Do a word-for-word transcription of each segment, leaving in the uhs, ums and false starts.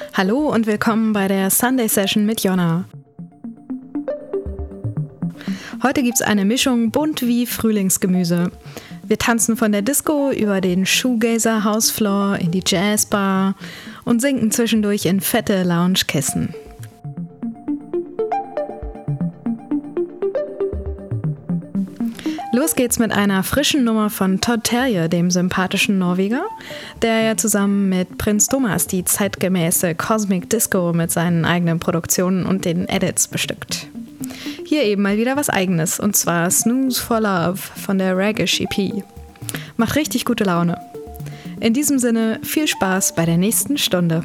Hallo und willkommen bei der Sunday Session mit Jonna. Heute gibt's eine Mischung bunt wie Frühlingsgemüse. Wir tanzen von der Disco über den Shoegazer Hausfloor in die Jazzbar und sinken zwischendurch in fette Loungekissen. Los geht's mit einer frischen Nummer von Todd Terje, dem sympathischen Norweger, der ja zusammen mit Prins Thomas die zeitgemäße Cosmic Disco mit seinen eigenen Produktionen und den Edits bestückt. Hier eben mal wieder was Eigenes, und zwar Snooze for Love von der Ragish E P. Macht richtig gute Laune. In diesem Sinne, viel Spaß bei der nächsten Stunde.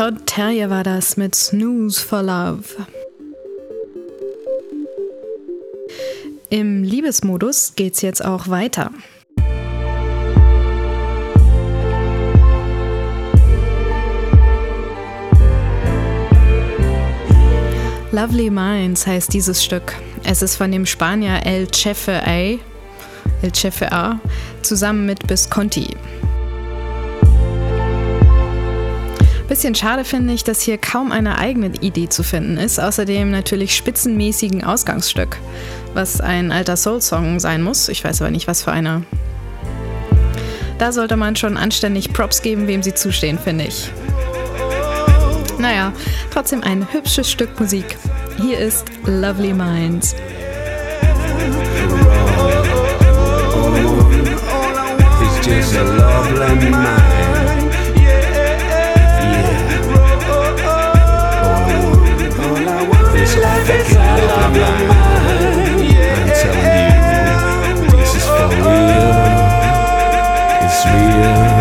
Todd Terje war das mit Snooze for Love. Im Liebesmodus geht's jetzt auch weiter. Lovely Minds heißt dieses Stück. Es ist von dem Spanier El Chefe A, El Chefe A zusammen mit Visconti. Bisschen schade finde ich, dass hier kaum eine eigene Idee zu finden ist, außer dem natürlich spitzenmäßigen Ausgangsstück, was ein alter Soul-Song sein muss. Ich weiß aber nicht, was für einer. Da sollte man schon anständig Props geben, wem sie zustehen, finde ich. Naja, trotzdem ein hübsches Stück Musik. Hier ist Lovely Minds. It's just a lovely mind. Yeah. All I want is a fucking lovely mind. I'm telling you, this is for real. It's real.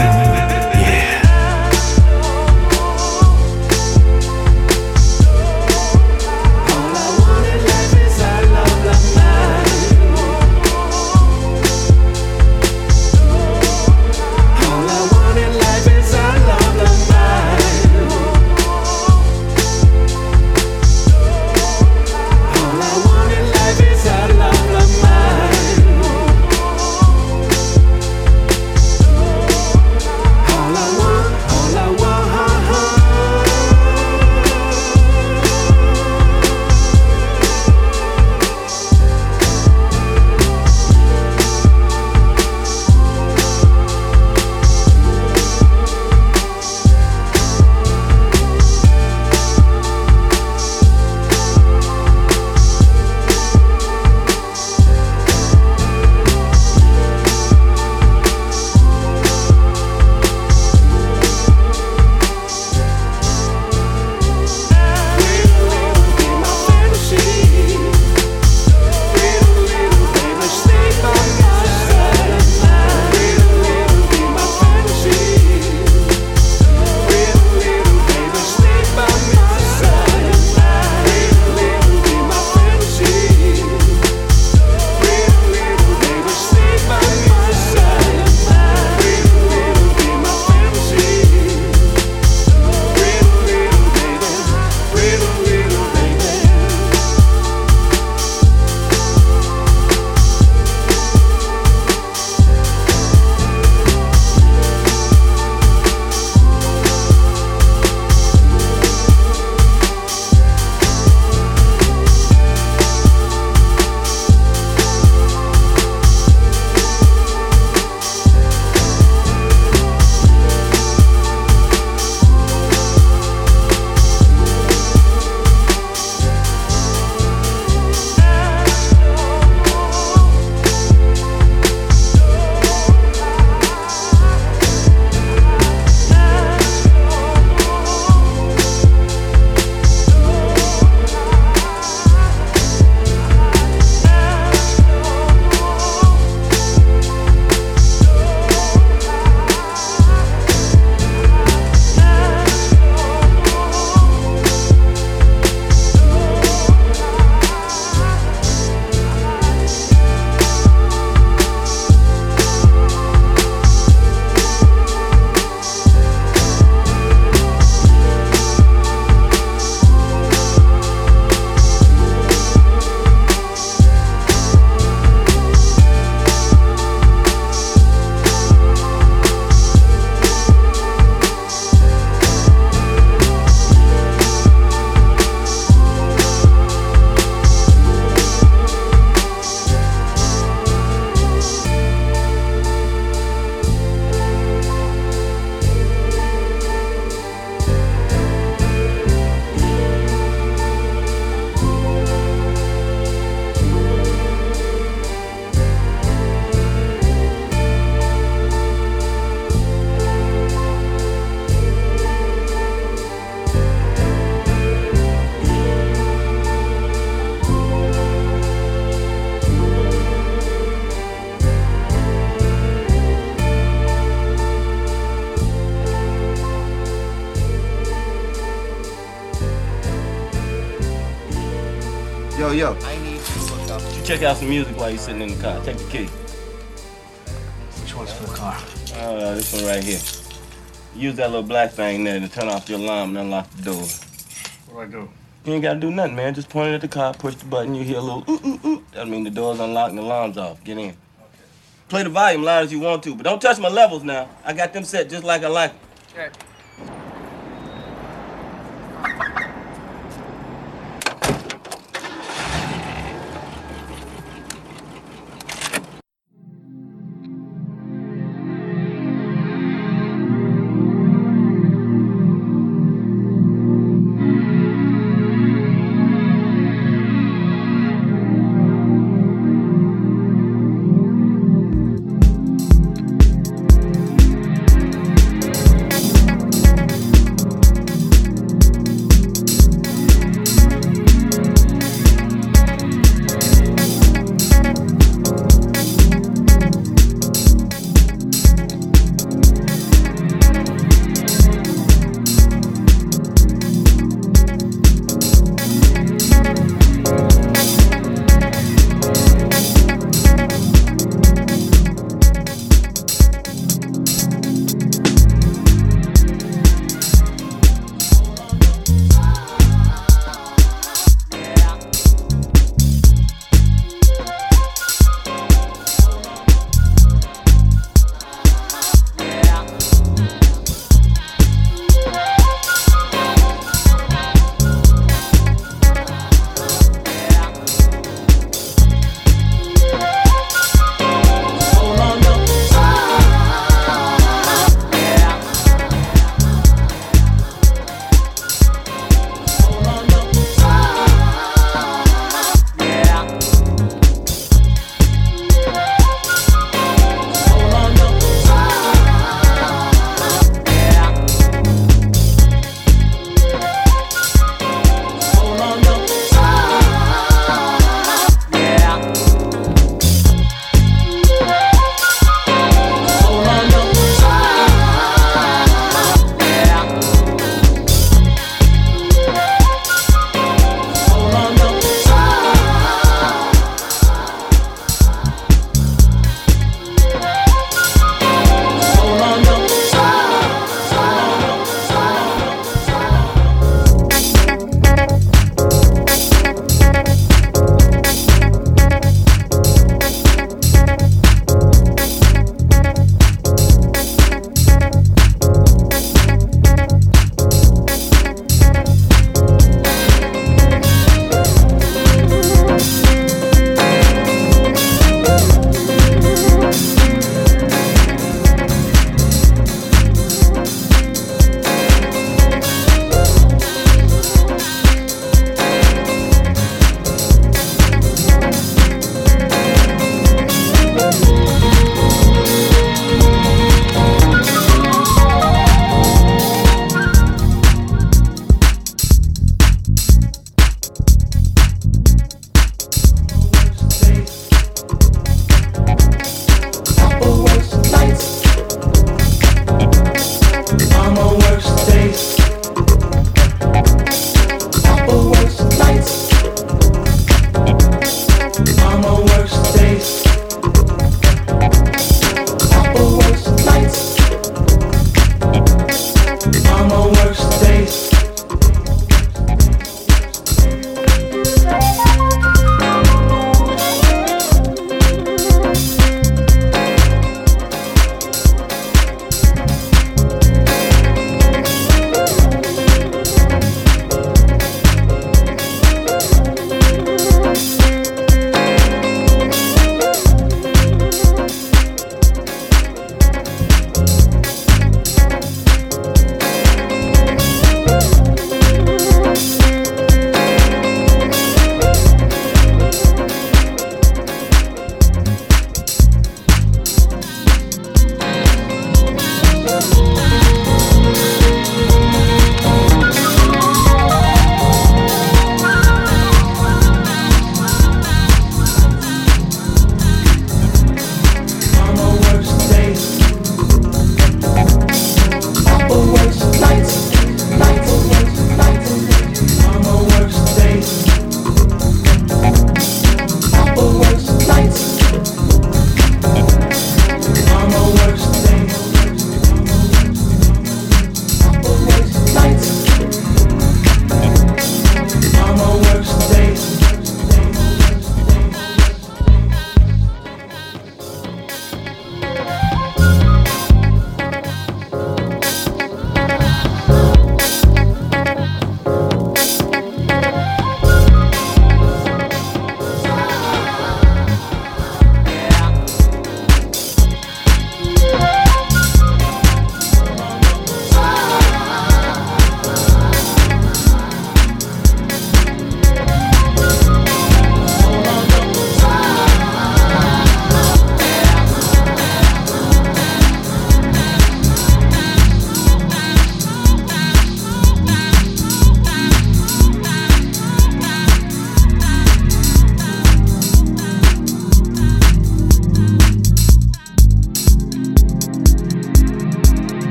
Yo, yo. I need to look up. You check out some music while you're sitting in the car. Take the key. Which one's for the car? Uh, this one right here. Use that little black thing there to turn off your alarm and unlock the door. What do I do? You ain't gotta do nothing, man. Just point it at the car, push the button, you hear a little ooh, ooh, ooh. That mean the door's unlocked and the alarm's off. Get in. Okay. Play the volume loud as you want to, but don't touch my levels now. I got them set just like I like them. Okay.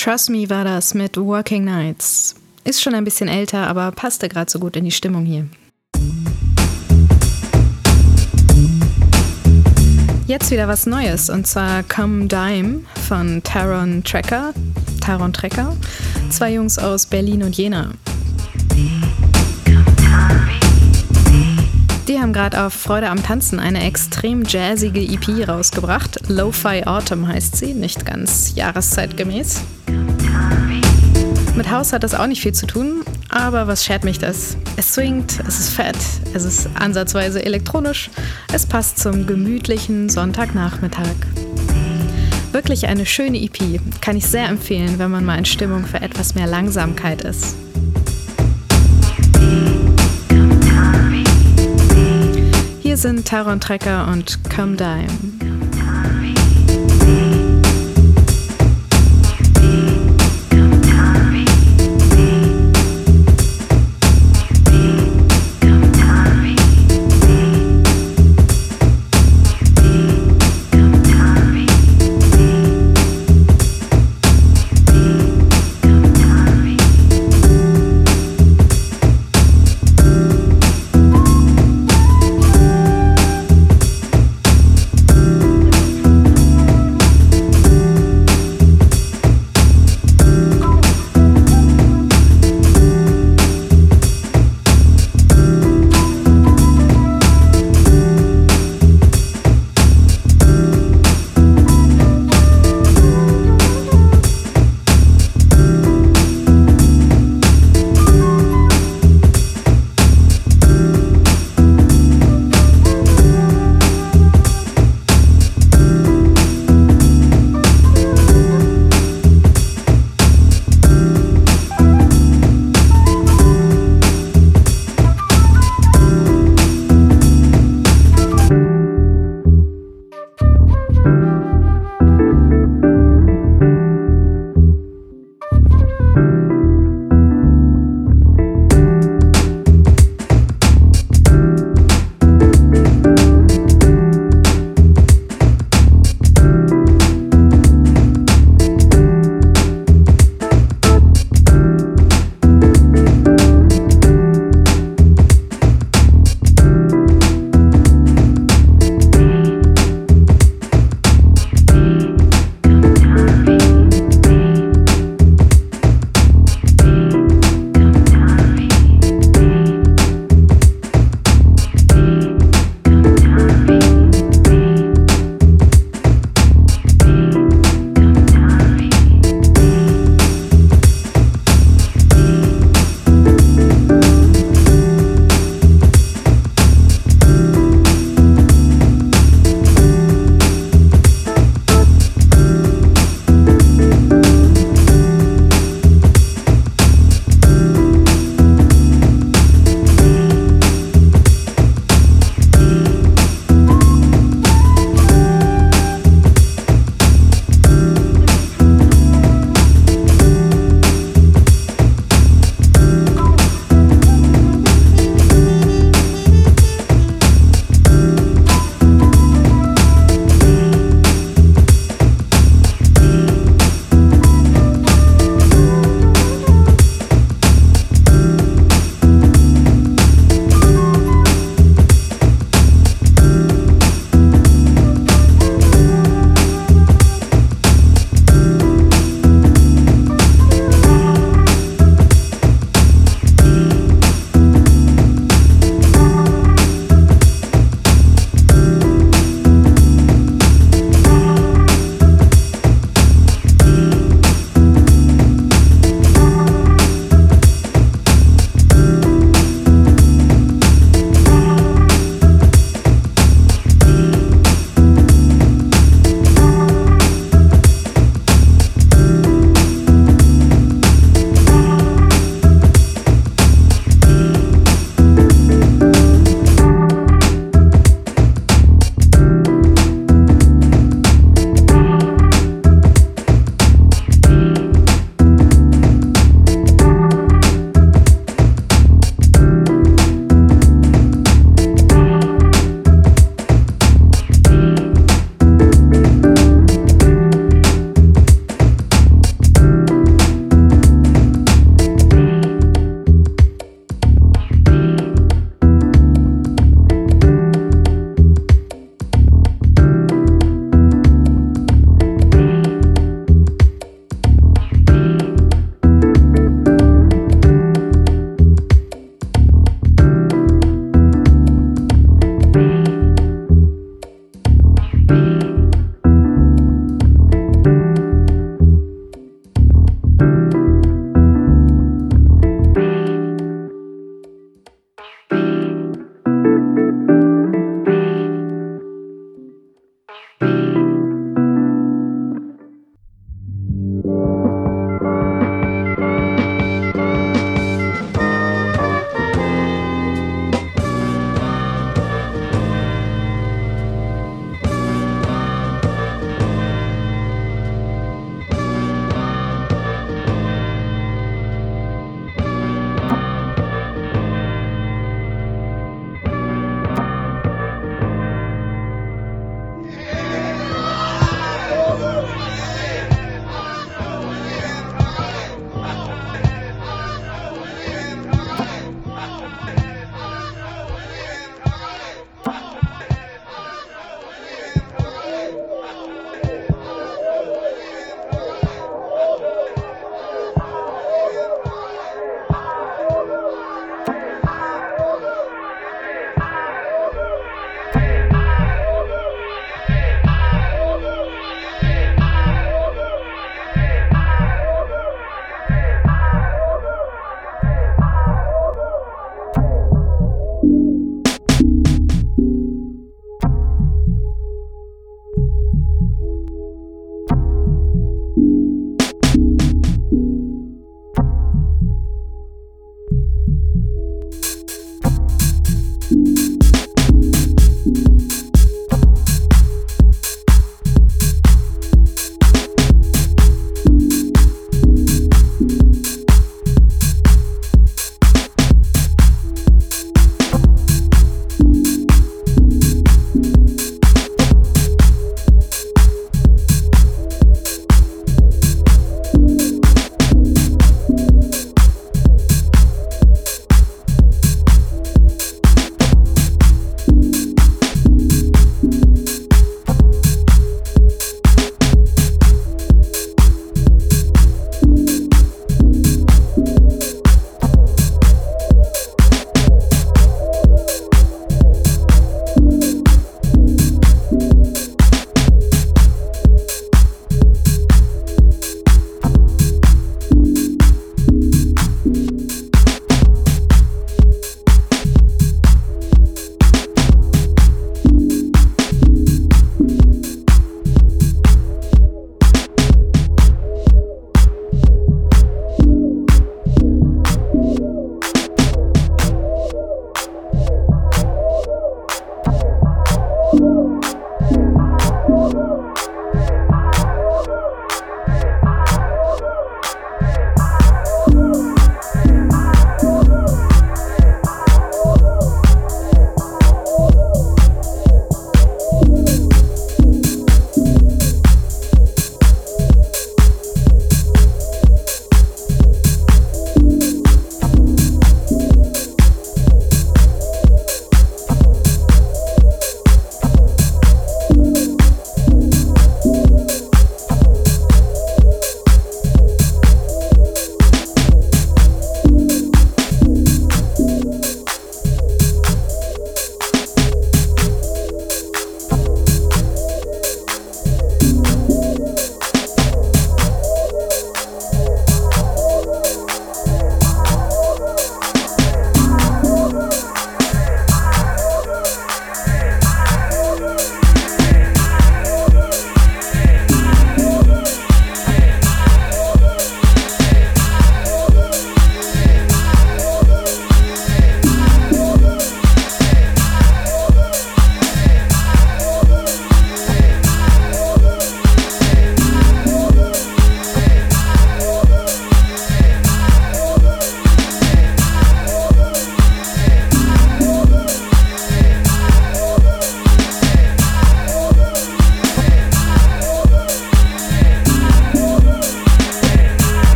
Trust Me war das mit Working Nights. Ist schon ein bisschen älter, aber passte gerade so gut in die Stimmung hier. Jetzt wieder was Neues, und zwar Come Dime von Taron Trecker. Taron Trecker, zwei Jungs aus Berlin und Jena. Die haben gerade auf Freude am Tanzen eine extrem jazzige E P rausgebracht. Lo-Fi Autumn heißt sie, nicht ganz jahreszeitgemäß. Mit House hat das auch nicht viel zu tun, aber was schert mich das? Es swingt, es ist fett, es ist ansatzweise elektronisch, es passt zum gemütlichen Sonntagnachmittag. Wirklich eine schöne E P, kann ich sehr empfehlen, wenn man mal in Stimmung für etwas mehr Langsamkeit ist. Hier sind Taron Trecker und Come Dime.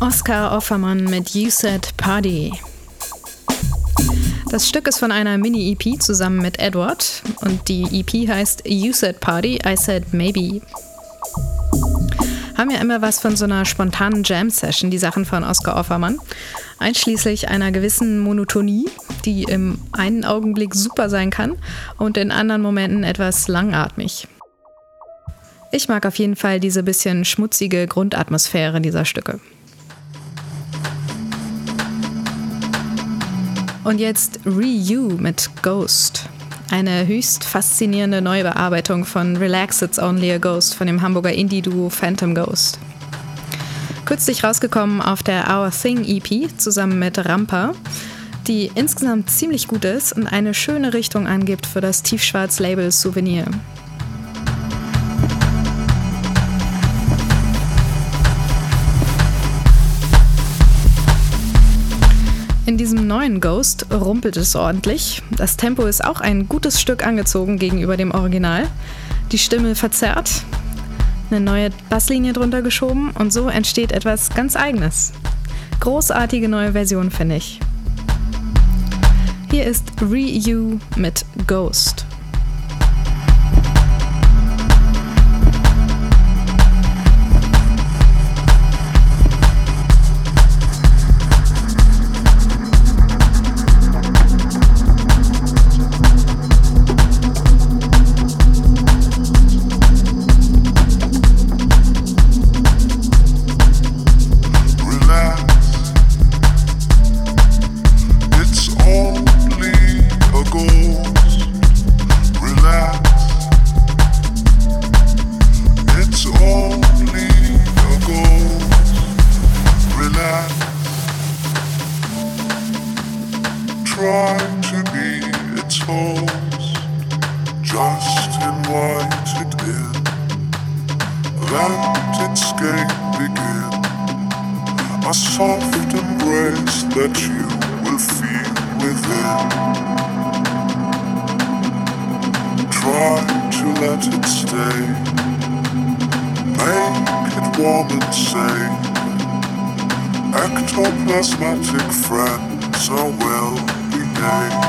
Oscar Offermann mit You Said Party. Das Stück ist von einer Mini-E P zusammen mit Edward und die E P heißt You Said Party, I Said Maybe. Haben ja immer was von so einer spontanen Jam-Session, die Sachen von Oscar Offermann, einschließlich einer gewissen Monotonie, die im einen Augenblick super sein kann und in anderen Momenten etwas langatmig. Ich mag auf jeden Fall diese bisschen schmutzige Grundatmosphäre dieser Stücke. Und jetzt Re-You mit Ghost. Eine höchst faszinierende Neubearbeitung von Relax It's Only a Ghost von dem Hamburger Indie-Duo Phantom Ghost. Kürzlich rausgekommen auf der Our Thing E P zusammen mit Rampa, die insgesamt ziemlich gut ist und eine schöne Richtung angibt für das Tiefschwarz-Label Souvenir. In diesem neuen Ghost rumpelt es ordentlich. Das Tempo ist auch ein gutes Stück angezogen gegenüber dem Original. Die Stimme verzerrt, eine neue Basslinie drunter geschoben und so entsteht etwas ganz Eigenes. Großartige neue Version, finde ich. Hier ist Re-You mit Ghost. Ectoplasmatic friends are well behaved.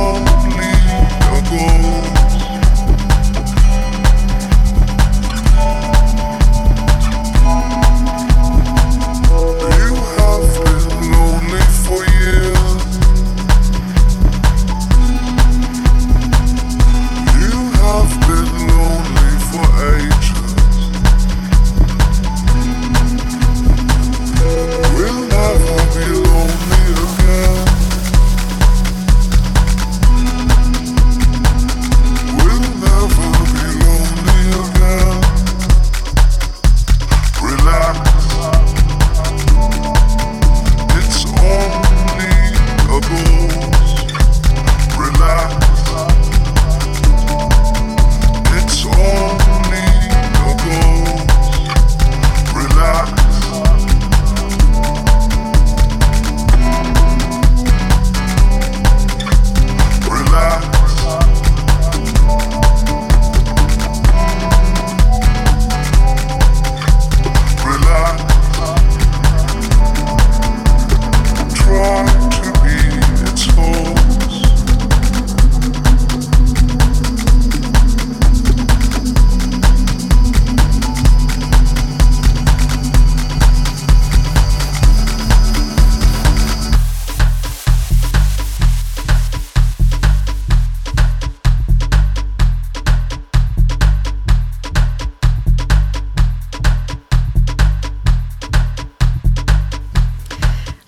Only a ghost.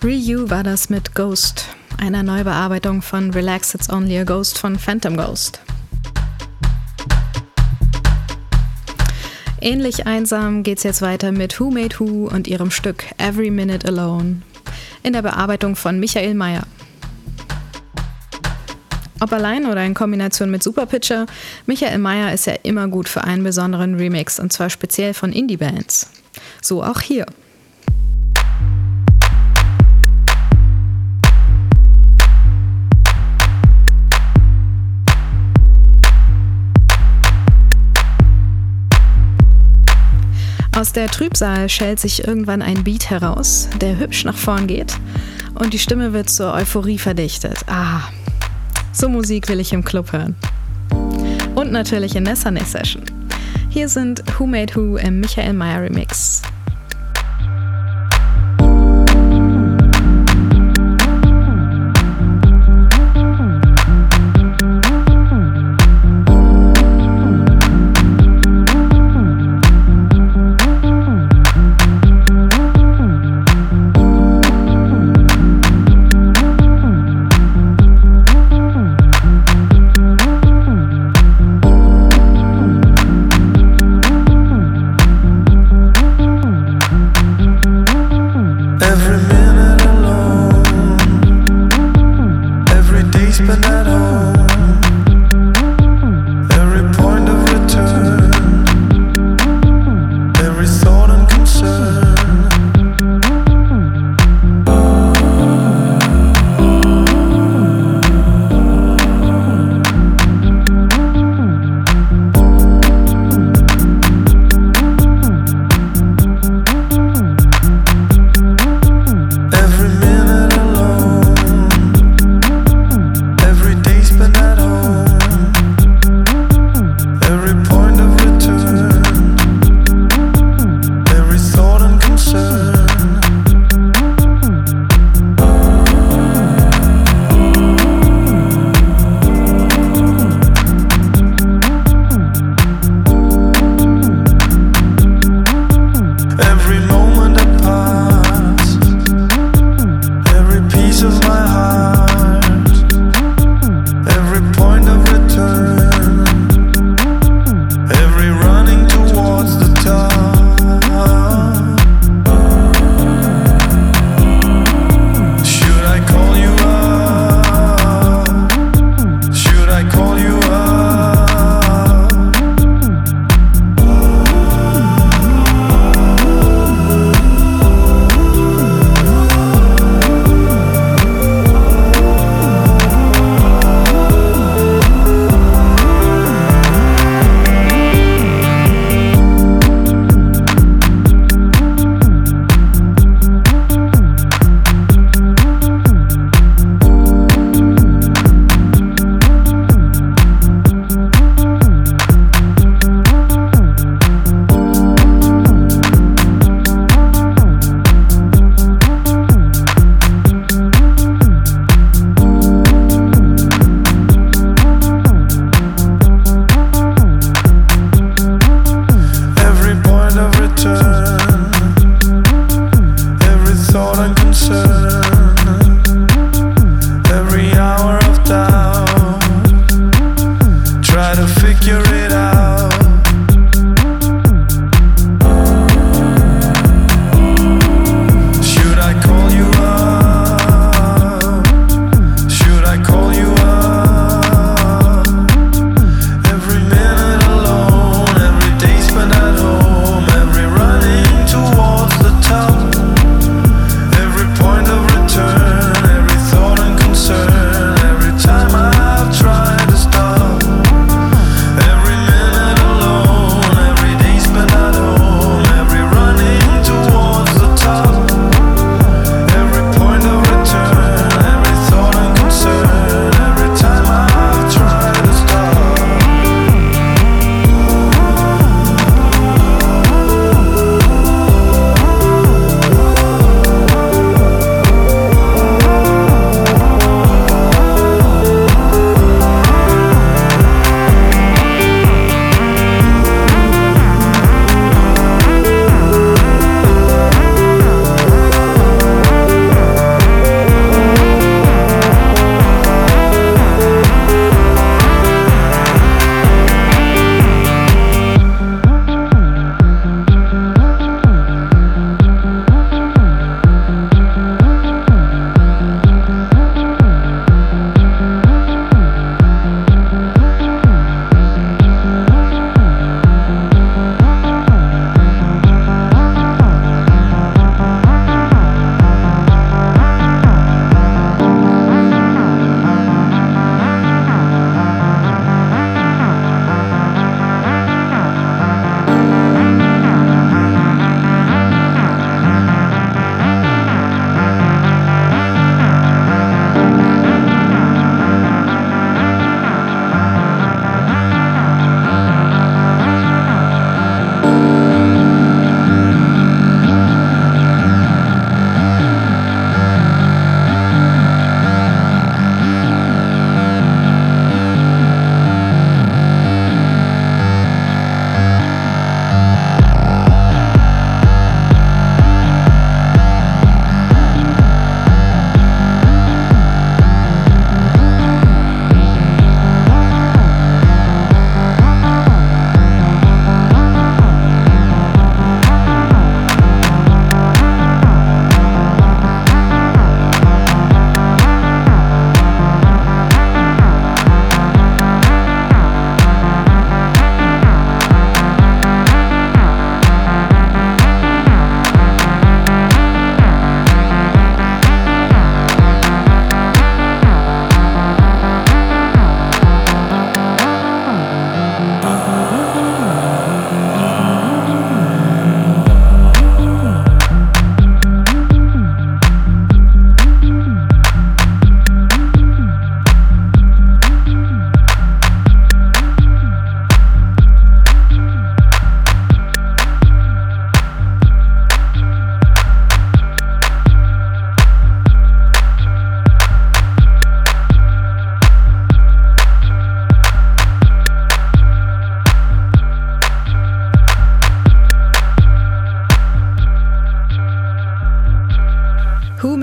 Ryu war das mit Ghost, einer Neubearbeitung von Relax It's Only a Ghost von Phantom Ghost. Ähnlich einsam geht's jetzt weiter mit Who Made Who und ihrem Stück Every Minute Alone in der Bearbeitung von Michael Mayer. Ob allein oder in Kombination mit Superpitcher, Michael Mayer ist ja immer gut für einen besonderen Remix und zwar speziell von Indie-Bands. So auch hier. Aus der Trübsal schält sich irgendwann ein Beat heraus, der hübsch nach vorn geht und die Stimme wird zur Euphorie verdichtet. Ah, so Musik will ich im Club hören. Und natürlich in der Sunday Session. Hier sind Who Made Who im Michael Mayer Remix.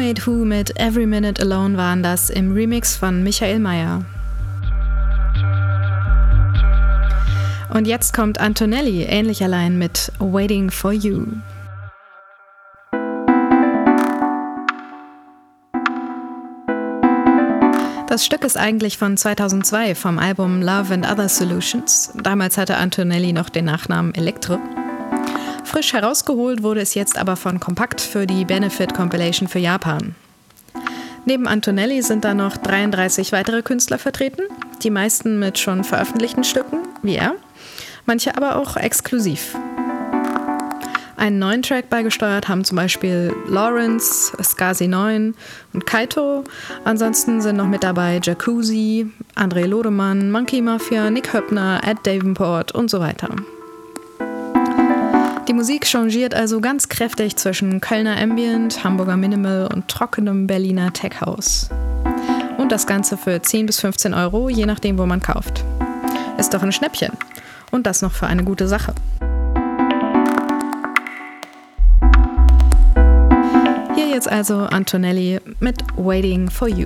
Made Who mit Every Minute Alone waren das im Remix von Michael Mayer. Und jetzt kommt Antonelli, ähnlich allein mit Waiting for You. Das Stück ist eigentlich von zweitausendzwei vom Album Love and Other Solutions. Damals hatte Antonelli noch den Nachnamen Elektre. Frisch herausgeholt wurde es jetzt aber von Kompakt für die Benefit Compilation für Japan. Neben Antonelli sind da noch dreiunddreißig weitere Künstler vertreten, die meisten mit schon veröffentlichten Stücken, wie er, manche aber auch exklusiv. Einen neuen Track beigesteuert haben zum Beispiel Lawrence, Skazi neun und Kaito. Ansonsten sind noch mit dabei Jacuzzi, André Lodemann, Monkey Mafia, Nick Höppner, Ed Davenport und so weiter. Die Musik changiert also ganz kräftig zwischen Kölner Ambient, Hamburger Minimal und trockenem Berliner Tech House. Und das Ganze für zehn bis fünfzehn Euro, je nachdem, wo man kauft. Ist doch ein Schnäppchen. Und das noch für eine gute Sache. Hier jetzt also Antonelli mit Waiting for You.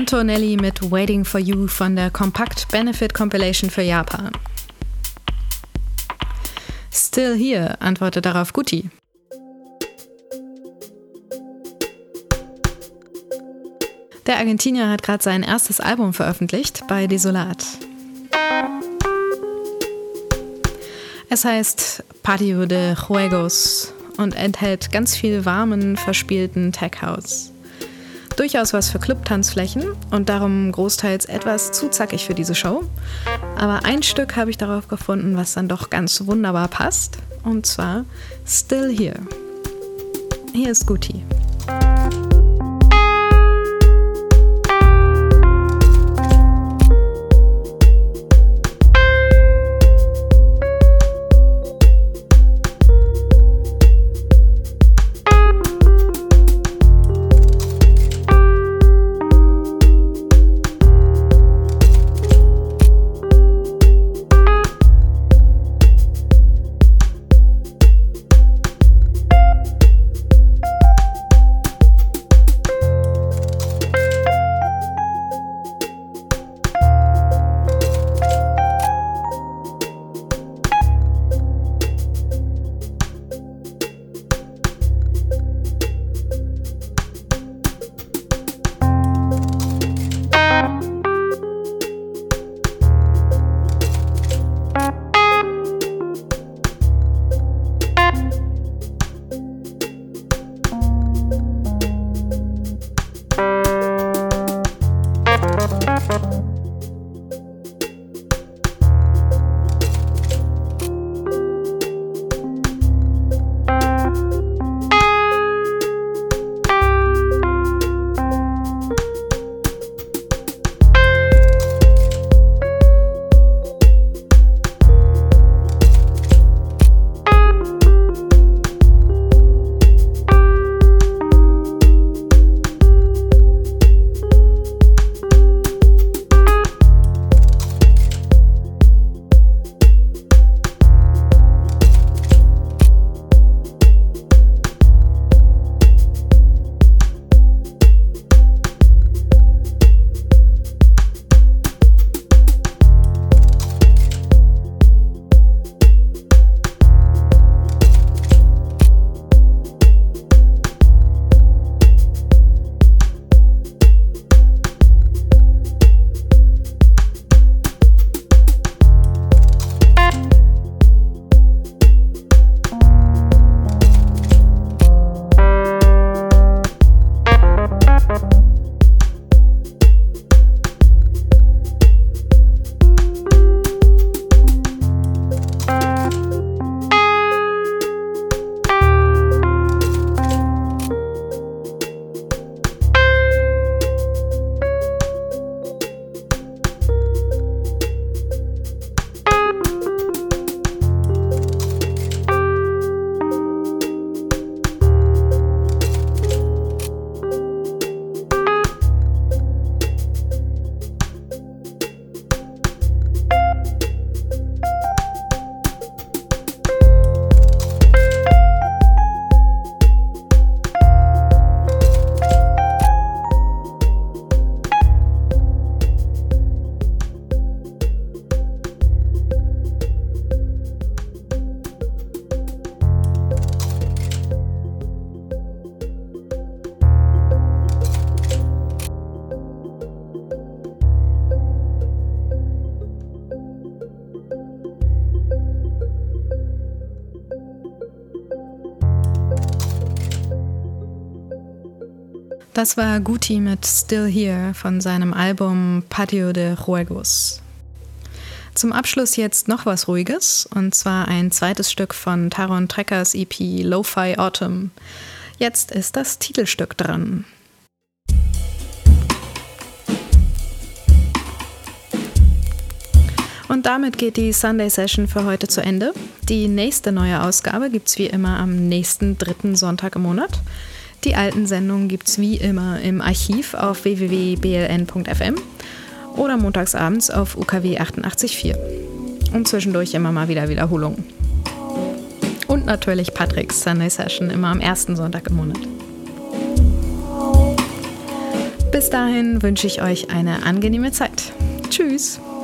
Antonelli mit Waiting for You von der Compact Benefit Compilation für Japan. Still Here antwortet darauf Guti. Der Argentinier hat gerade sein erstes Album veröffentlicht bei Desolat. Es heißt Patio de Juegos und enthält ganz viel warmen, verspielten Tech House. Durchaus was für Clubtanzflächen und darum großteils etwas zu zackig für diese Show. Aber ein Stück habe ich darauf gefunden, was dann doch ganz wunderbar passt, und zwar Still Here. Hier ist Guti. Das war Guti mit Still Here von seinem Album Patio de Juegos. Zum Abschluss jetzt noch was Ruhiges, und zwar ein zweites Stück von Taron Trekkers E P Lo-Fi Autumn. Jetzt ist das Titelstück dran. Und damit geht die Sunday Session für heute zu Ende. Die nächste neue Ausgabe gibt's wie immer am nächsten dritten Sonntag im Monat. Die alten Sendungen gibt's wie immer im Archiv auf w w w punkt b l n punkt f m oder montagsabends auf U K W achtundachtzig Komma vier. Und zwischendurch immer mal wieder Wiederholungen. Und natürlich Patricks Sunday Session immer am ersten Sonntag im Monat. Bis dahin wünsche ich euch eine angenehme Zeit. Tschüss!